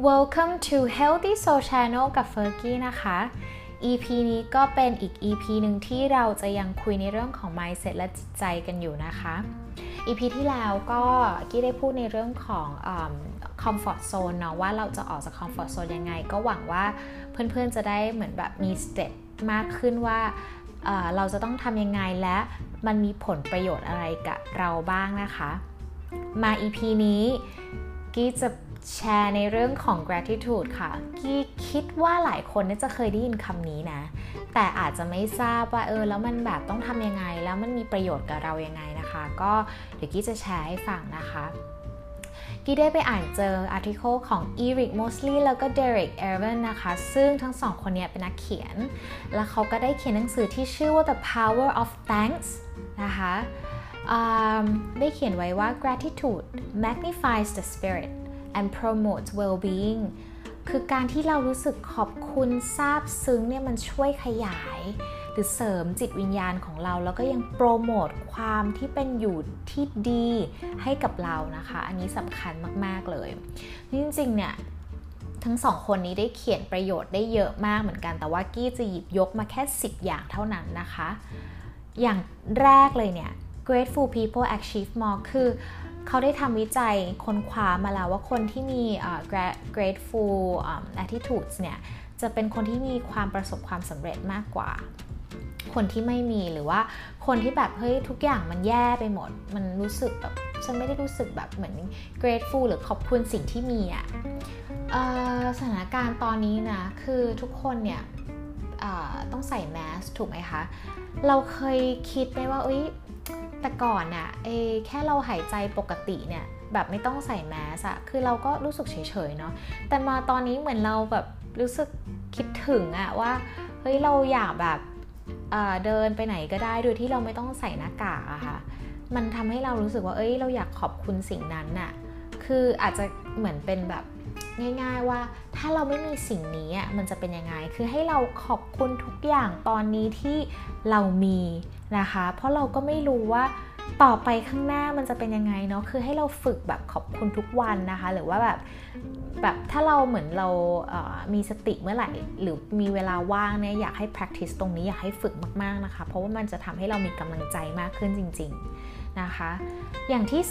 Welcome to Healthy Soul Channel กับ Fergie นะคะ EP นี้ก็เป็นอีก EP หนึ่งที่เราจะยังคุยในเรื่องของ mindset และจิตใจกันอยู่นะคะ EP ที่แล้วก็กี้ได้พูดในเรื่องของ comfort zone เนาะว่าเราจะออกจาก comfort zone ยังไงก็หวังว่าเพื่อนๆจะได้เหมือนแบบมี step มากขึ้นว่าเราจะต้องทำยังไงและมันมีผลประโยชน์อะไรกับเราบ้างนะคะมา EP นี้กี้จะแชร์ในเรื่องของ gratitude ค่ะกี้คิดว่าหลายคนน่าจะเคยได้ยินคำนี้นะแต่อาจจะไม่ทราบว่าแล้วมันแบบต้องทำยังไงแล้วมันมีประโยชน์กับเรายังไงนะคะก็เดี๋ยวกี้จะแชร์ให้ฟังนะคะกี้ได้ไปอ่านเจอ article ของ Eric Mosley แล้วก็ Derek Ervin นะคะซึ่งทั้งสองคนนี้เป็นนักเขียนแล้วเขาก็ได้เขียนหนังสือที่ชื่อว่า The Power of Thanks นะคะได้เขียนไว้ว่า gratitude magnifies the spirit and promotes well-being คือการที่เรารู้สึกขอบคุณซาบซึ้งเนี่ยมันช่วยขยายหรือเสริมจิตวิญญาณของเราแล้วก็ยังโปรโมทความที่เป็นอยู่ที่ดีให้กับเรานะคะอันนี้สำคัญมากๆเลยจริงๆเนี่ยทั้งสองคนนี้ได้เขียนประโยชน์ได้เยอะมากเหมือนกันแต่ว่ากี้จะหยิบยกมาแค่10อย่างเท่านั้นนะคะอย่างแรกเลยเนี่ย grateful people achieve more คือเขาได้ทำวิจัยค้นคว้ามาแล้วว่าคนที่มีgrateful attitudes เนี่ยจะเป็นคนที่มีความประสบความสำเร็จมากกว่าคนที่ไม่มีหรือว่าคนที่แบบเฮ้ยทุกอย่างมันแย่ไปหมดมันรู้สึกแบบฉันไม่ได้รู้สึกแบบเหมือน grateful หรือขอบคุณสิ่งที่มีสถานการณ์ตอนนี้นะคือทุกคนเนี่ยต้องใส่แมสถูกไหมคะเราเคยคิดไหมว่าแต่ก่อนน่ะแค่เราหายใจปกติเนี่ยแบบไม่ต้องใส่แมสอะคือเราก็รู้สึกเฉยๆเนาะแต่มาตอนนี้เหมือนเราแบบรู้สึกคิดถึงอะว่าเฮ้ยเราอยากแบบเดินไปไหนก็ได้โดยที่เราไม่ต้องใส่หน้ากากอะค่ะมันทำให้เรารู้สึกว่าเราอยากขอบคุณสิ่งนั้นน่ะคืออาจจะเหมือนเป็นแบบง่ายๆว่าถ้าเราไม่มีสิ่งนี้อ่ะมันจะเป็นยังไงคือให้เราขอบคุณทุกอย่างตอนนี้ที่เรามีนะคะเพราะเราก็ไม่รู้ว่าต่อไปข้างหน้ามันจะเป็นยังไงเนาะคือให้เราฝึกแบบขอบคุณทุกวันนะคะหรือว่าแบบถ้าเราเหมือนเรามีสติเมื่อไหร่หรือมีเวลาว่างเนี่ยอยากให้ practice ตรงนี้อยากให้ฝึกมากๆนะคะเพราะว่ามันจะทำให้เรามีกำลังใจมากขึ้นจริงๆนะคะอย่างที่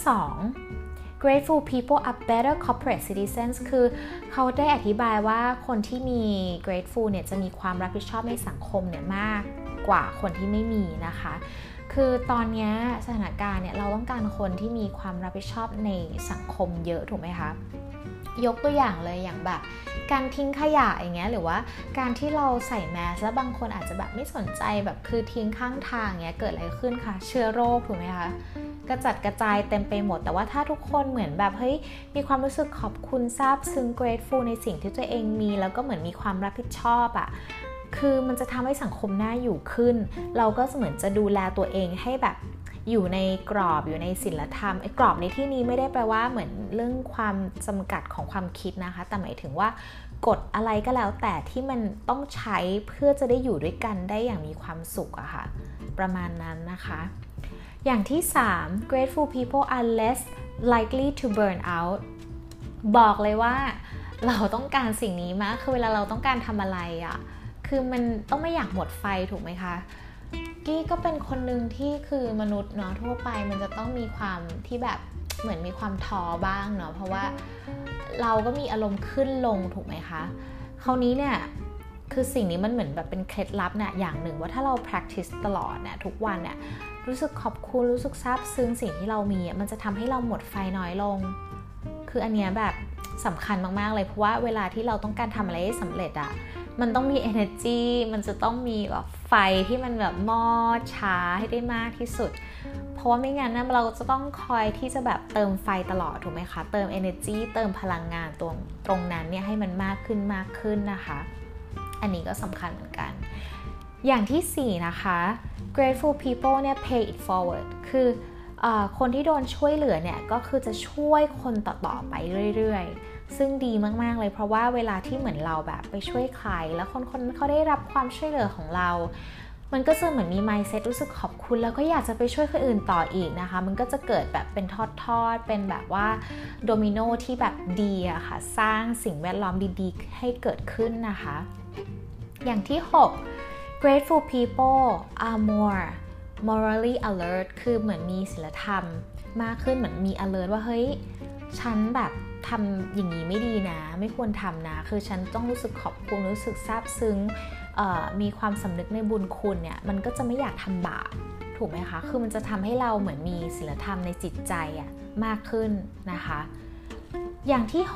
2grateful people are better corporate citizens คือเขาได้อธิบายว่าคนที่มี grateful เนี่ยจะมีความรับผิดชอบในสังคมเนี่ยมากกว่าคนที่ไม่มีนะคะคือตอนนี้สถานการณ์เนี่ยเราต้องการคนที่มีความรับผิดชอบในสังคมเยอะถูกไหมคะยกตัวอย่างเลยอย่างแบบการทิ้งขยะอย่างเงี้ยหรือว่าการที่เราใส่แมสแล้วบางคนอาจจะแบบไม่สนใจแบบคือทิ้งข้างทางเงี้ยเกิดอะไรขึ้นคะเชื้อโรคถูกไหมคะกระจัดกระจายเต็มไปหมดแต่ว่าถ้าทุกคนเหมือนแบบมีความรู้สึกขอบคุณซาบซึ้ง grateful ในสิ่งที่ตัวเองมีแล้วก็เหมือนมีความรับผิดชอบคือมันจะทำให้สังคมน่าอยู่ขึ้นเราก็เหมือนจะดูแลตัวเองให้แบบอยู่ในกรอบอยู่ในศีลธรรมกรอบในที่นี้ไม่ได้แปลว่าเหมือนเรื่องความจำกัดของความคิดนะคะแต่หมายถึงว่ากฎอะไรก็แล้วแต่ที่มันต้องใช้เพื่อจะได้อยู่ด้วยกันได้อย่างมีความสุขอะค่ะประมาณนั้นนะคะอย่างที่3 grateful people are less likely to burn out บอกเลยว่าเราต้องการสิ่งนี้มากคือเวลาเราต้องการทำอะไรคือมันต้องไม่อยากหมดไฟถูกไหมคะกี้ก็เป็นคนหนึ่งที่คือมนุษย์เนาะทั่วไปมันจะต้องมีความที่แบบเหมือนมีความท้อบ้างเนาะเพราะว่าเราก็มีอารมณ์ขึ้นลงถูกไหมคะคราวนี้เนี่ยคือสิ่งนี้มันเหมือนแบบเป็นเคล็ดลับเนี่ยอย่างหนึ่งว่าถ้าเรา practice ตลอดเนี่ยทุกวันเนี่ยรู้สึกขอบคุณรู้สึกซาบซึ้งสิ่งที่เรามีมันจะทำให้เราหมดไฟน้อยลงคืออันเนี้ยแบบสำคัญมากๆเลยเพราะว่าเวลาที่เราต้องการทำอะไรให้สำเร็จมันต้องมี energy มันจะต้องมีแบบไฟที่มันแบบมอดช้าให้ได้มากที่สุดเพราะว่าไม่งั้นนะเราจะต้องคอยที่จะแบบเติมไฟตลอดถูกไหมคะเติม energy เติมพลังงานตรงนั้นเนี่ยให้มันมากขึ้นนะคะอันนี้ก็สำคัญเหมือนกันอย่างที่4นะคะ grateful people เนี่ย pay it forward คือคนที่โดนช่วยเหลือเนี่ยก็คือจะช่วยคนต่อๆไปเรื่อยๆซึ่งดีมากๆเลยเพราะว่าเวลาที่เหมือนเราแบบไปช่วยใครแล้วคนเขาได้รับความช่วยเหลือของเรามันก็จะเหมือนมี mindset รู้สึกขอบคุณแล้วก็อยากจะไปช่วยคนอื่นต่ออีกนะคะมันก็จะเกิดแบบเป็นทอดๆเป็นแบบว่าโดมิโนที่แบบดีอะค่ะสร้างสิ่งแวดล้อมดีๆให้เกิดขึ้นนะคะอย่างที่6 grateful people are more morally alert คือเหมือนมีศีลธรรมมากขึ้นเหมือนมี alert ว่าเฮ้ยฉันแบบทำอย่างนี้ไม่ดีนะไม่ควรทำนะคือฉันต้องรู้สึกขอบคุณรู้สึกซาบซึ้งมีความสำนึกในบุญคุณเนี่ยมันก็จะไม่อยากทำบาปถูกไหมคะคือมันจะทำให้เราเหมือนมีศีลธรรมในจิตใจมากขึ้นนะคะอย่างที่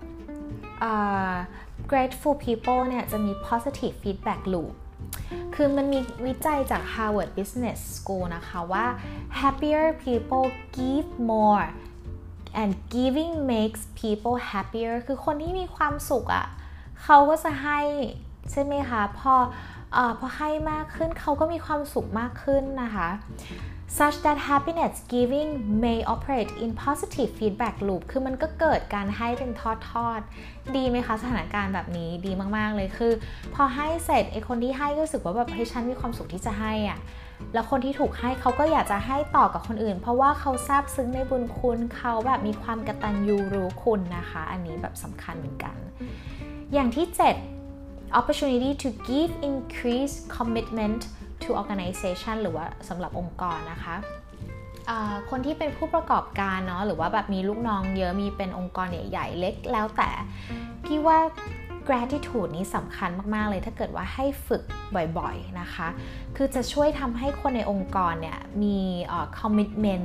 grateful people เนี่ยจะมี positive feedback loop คือมันมีวิจัยจาก Harvard Business School นะคะว่า happier people give more and giving makes people happier คือคนที่มีความสุขเขาก็จะให้ใช่ไหมคะพอให้มากขึ้นเขาก็มีความสุขมากขึ้นนะคะ such that happiness giving may operate in positive feedback loop คือมันก็เกิดการให้เป็นทอดดีไหมคะสถานการณ์แบบนี้ดีมากๆเลยคือพอให้เสร็จไอ้คนที่ให้ก็รู้สึกว่าแบบให้ฉันมีความสุขที่จะให้แล้วคนที่ถูกให้เขาก็อยากจะให้ต่อกับคนอื่นเพราะว่าเขาซาบซึ้งในบุญคุณเขาแบบมีความกตัญญูรู้คุณนะคะอันนี้แบบสำคัญเหมือนกันอย่างที่7 opportunity to give increased commitment to organization หรือว่าสำหรับองค์กรนะคะคนที่เป็นผู้ประกอบการเนาะหรือว่าแบบมีลูกน้องเยอะมีเป็นองค์กรใหญ่ๆเล็กแล้วแต่พี่ว่า gratitude นี้สำคัญมากๆเลยถ้าเกิดว่าให้ฝึกบ่อยๆนะคะคือจะช่วยทำให้คนในองค์กรเนี่ยมีcommitment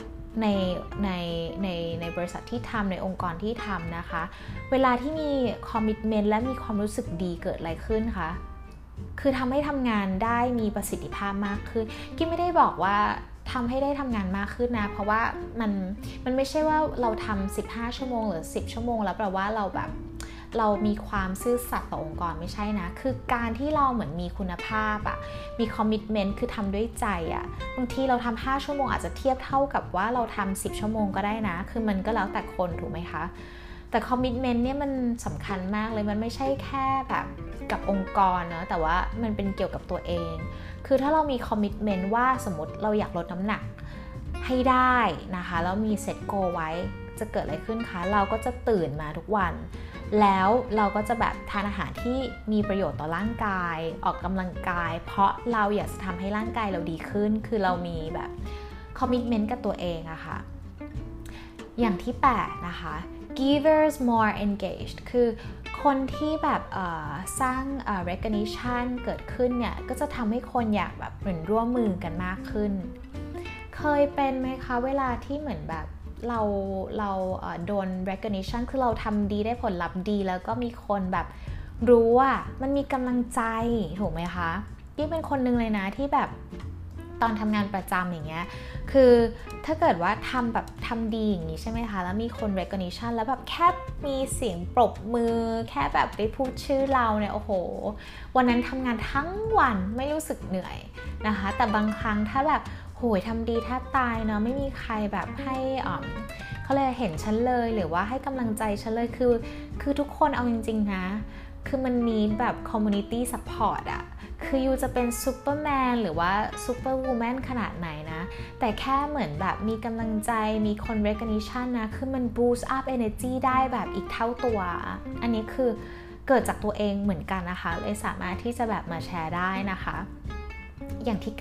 ในบริษัทที่ทำในองค์กรที่ทำนะคะเวลาที่มีคอมมิตเมนต์และมีความรู้สึกดีเกิดอะไรขึ้นคะคือทำให้ทำงานได้มีประสิทธิภาพมากขึ้นกิ๊บไม่ได้บอกว่าทำให้ได้ทำงานมากขึ้นนะเพราะว่ามันไม่ใช่ว่าเราทำ15ชั่วโมงหรือ10ชั่วโมงแล้วแปลว่าเรามีความซื่อสัตย์ต่อองค์กรไม่ใช่นะคือการที่เราเหมือนมีคุณภาพมีคอมมิตเมนต์คือทำด้วยใจบางทีเราทำ5ชั่วโมงอาจจะเทียบเท่ากับว่าเราทำ10ชั่วโมงก็ได้นะคือมันก็แล้วแต่คนถูกไหมคะแต่คอมมิตเมนต์เนี่ยมันสำคัญมากเลยมันไม่ใช่แค่แบบกับองค์กรเนาะแต่ว่ามันเป็นเกี่ยวกับตัวเองคือถ้าเรามีคอมมิตเมนต์ว่าสมมติเราอยากลดน้ำหนักให้ได้นะคะแล้วมีเซตโกไว้จะเกิดอะไรขึ้นคะเราก็จะตื่นมาทุกวันแล้วเราก็จะแบบทานอาหารที่มีประโยชน์ต่อร่างกายออกกำลังกายเพราะเราอยากจะทำให้ร่างกายเราดีขึ้นคือเรามีแบบคอมมิตเมนต์กับตัวเองค่ะอย่างที่8นะคะ givers more engaged คือคนที่แบบสร้างrecognition เกิดขึ้นเนี่ยก็จะทำให้คนอยากแบบเหมือนร่วมมือกันมากขึ้นเคยเป็นไหมคะเวลาที่เหมือนแบบเราโดน recognition คือเราทำดีได้ผลลัพธ์ดีแล้วก็มีคนแบบรู้ว่ามันมีกำลังใจถูกไหมคะยิ่งเป็นคนนึงเลยนะที่แบบตอนทำงานประจำอย่างเงี้ยคือถ้าเกิดว่าทำดีอย่างนี้ใช่ไหมคะแล้วมีคน recognition แล้วแบบแค่มีเสียงปรบมือแค่แบบได้พูดชื่อเราเนี่ยโอ้โหวันนั้นทำงานทั้งวันไม่รู้สึกเหนื่อยนะคะแต่บางครั้งถ้าแบบโหยทำดีแทบตายเนาะไม่มีใครแบบให้เขาเลยเห็นฉันเลยหรือว่าให้กำลังใจฉันเลยคือทุกคนเอาจริงๆนะคือมันมีแบบ community support คือยูจะเป็นซูเปอร์แมนหรือว่าซูเปอร์วูแมนขนาดไหนนะแต่แค่เหมือนแบบมีกำลังใจมีคน recognition นะคือมัน boost up energy ได้แบบอีกเท่าตัวอันนี้คือเกิดจากตัวเองเหมือนกันนะคะเลยสามารถที่จะแบบมาแชร์ได้นะคะอย่างที่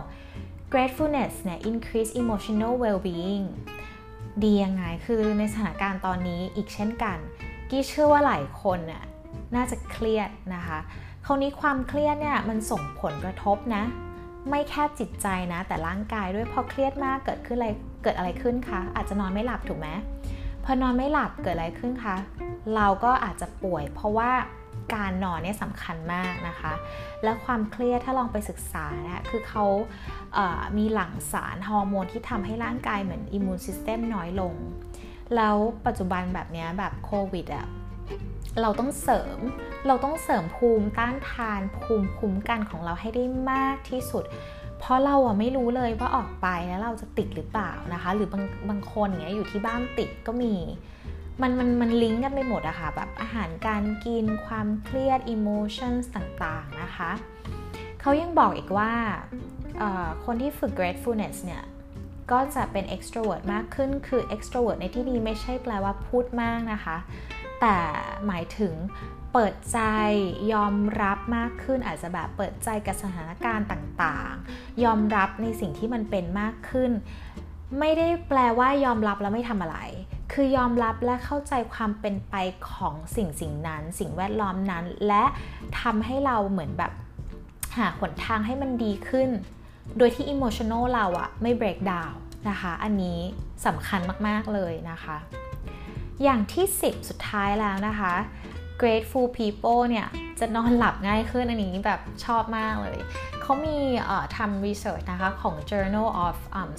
9 gratefulness เนี่ย increase emotional well-being ดียังไงคือในสถานการณ์ตอนนี้อีกเช่นกันกี้เชื่อว่าหลายคนน่าจะเครียดนะคะคราวนี้ความเครียดเนี่ยมันส่งผลกระทบนะไม่แค่จิตใจนะแต่ร่างกายด้วยพอเครียดมากเกิดอะไรขึ้นคะอาจจะนอนไม่หลับถูกไหมพอนอนไม่หลับเกิดอะไรขึ้นคะเราก็อาจจะป่วยเพราะว่าการนอนเนี่ยสำคัญมากนะคะและความเครียดถ้าลองไปศึกษานะคือเขามีหลั่งสารฮอร์โมนที่ทำให้ร่างกายเหมือนอิมมูนซิสเต็มน้อยลงแล้วปัจจุบันแบบนี้แบบโควิดเราต้องเสริมภูมิต้านทานภูมิคุ้มกันของเราให้ได้มากที่สุดเพราะเราไม่รู้เลยว่าออกไปแล้วเราจะติดหรือเปล่านะคะหรือบางคนอย่างเงี้ยอยู่ที่บ้านติดก็มีมันลิงก์กันไปหมดอะค่ะแบบอาหารการกินความเครียด emotions ต่างๆนะคะเขายังบอกอีกว่าคนที่ฝึก gratefulness เนี่ยก็จะเป็น extrovert มากขึ้นคือ extrovert ในที่นี้ไม่ใช่แปลว่าพูดมากนะคะแต่หมายถึงเปิดใจยอมรับมากขึ้นอาจจะแบบเปิดใจกับสถานการณ์ต่างๆยอมรับในสิ่งที่มันเป็นมากขึ้นไม่ได้แปลว่ายอมรับแล้วไม่ทำอะไรคือยอมรับและเข้าใจความเป็นไปของสิ่งนั้นสิ่งแวดล้อมนั้นและทำให้เราเหมือนแบบหาหนทางให้มันดีขึ้นโดยที่ emotional เราอะไม่ break down นะคะอันนี้สำคัญมากๆเลยนะคะอย่างที่10สุดท้ายแล้วนะคะ grateful people เนี่ยจะนอนหลับง่ายขึ้นอันนี้แบบชอบมากเลยเขามีทำ research นะคะของ Journal of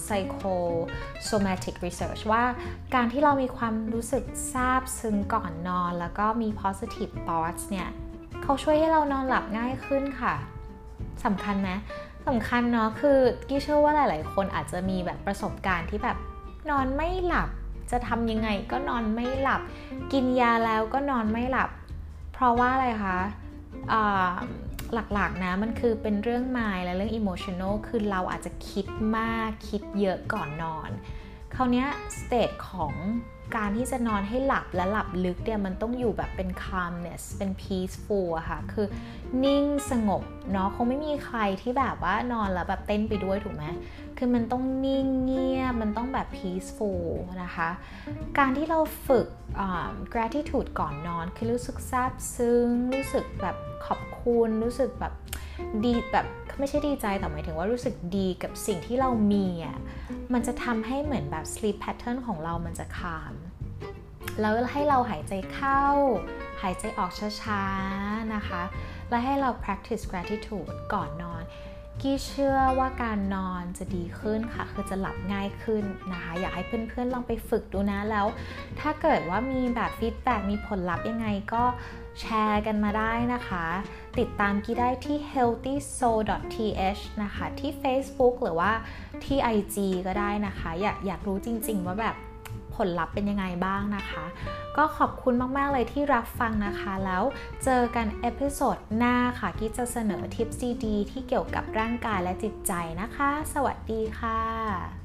Psychosomatic Research ว่าการที่เรามีความรู้สึกซาบซึ้งก่อนนอนแล้วก็มี positive thoughts เนี่ยเขาช่วยให้เรานอนหลับง่ายขึ้นค่ะสำคัญไหมสำคัญเนาะคือกี้เชื่อว่าหลายๆคนอาจจะมีแบบประสบการณ์ที่แบบนอนไม่หลับจะทำยังไงก็นอนไม่หลับกินยาแล้วก็นอนไม่หลับเพราะว่าอะไรคะหลักๆนะมันคือเป็นเรื่อง mind และเรื่อง emotional คือเราอาจจะคิดมากคิดเยอะก่อนนอนคราวนี้สเตจของการที่จะนอนให้หลับและหลับลึกเนี่ยมันต้องอยู่แบบเป็น calmness เป็น peaceful อะค่ะคือนิ่งสงบเนาะคงไม่มีใครที่แบบว่านอนแล้วแบบเต้นไปด้วยถูกไหมคือมันต้องนิ่งเงียบมันต้องแบบ peaceful นะคะการที่เราฝึกgratitude ก่อนนอนคือรู้สึกซาบซึ้งรู้สึกแบบขอบคุณรู้สึกแบบดีแบบไม่ใช่ดีใจแต่หมายถึงว่ารู้สึกดีกับสิ่งที่เรามีอ่ะมันจะทำให้เหมือนแบบ sleep pattern ของเรามันจะcalmแล้วให้เราหายใจเข้าหายใจออกช้าๆนะคะและให้เรา practice gratitude ก่อนนอนกี้เชื่อว่าการนอนจะดีขึ้นค่ะคือจะหลับง่ายขึ้นนะคะอยากให้เพื่อนๆลองไปฝึกดูนะแล้วถ้าเกิดว่ามีแบบ feedback มีผลลัพธ์ยังไงก็แชร์กันมาได้นะคะติดตามกี้ได้ที่ healthysoul.th นะคะที่ Facebook หรือว่าที่ IG ก็ได้นะคะอยากรู้จริงๆว่าแบบผลลัพธ์เป็นยังไงบ้างนะคะก็ขอบคุณมากๆเลยที่รับฟังนะคะแล้วเจอกันเอพิโซดหน้าค่ะกี้จะเสนอทิปดีๆที่เกี่ยวกับร่างกายและจิตใจนะคะสวัสดีค่ะ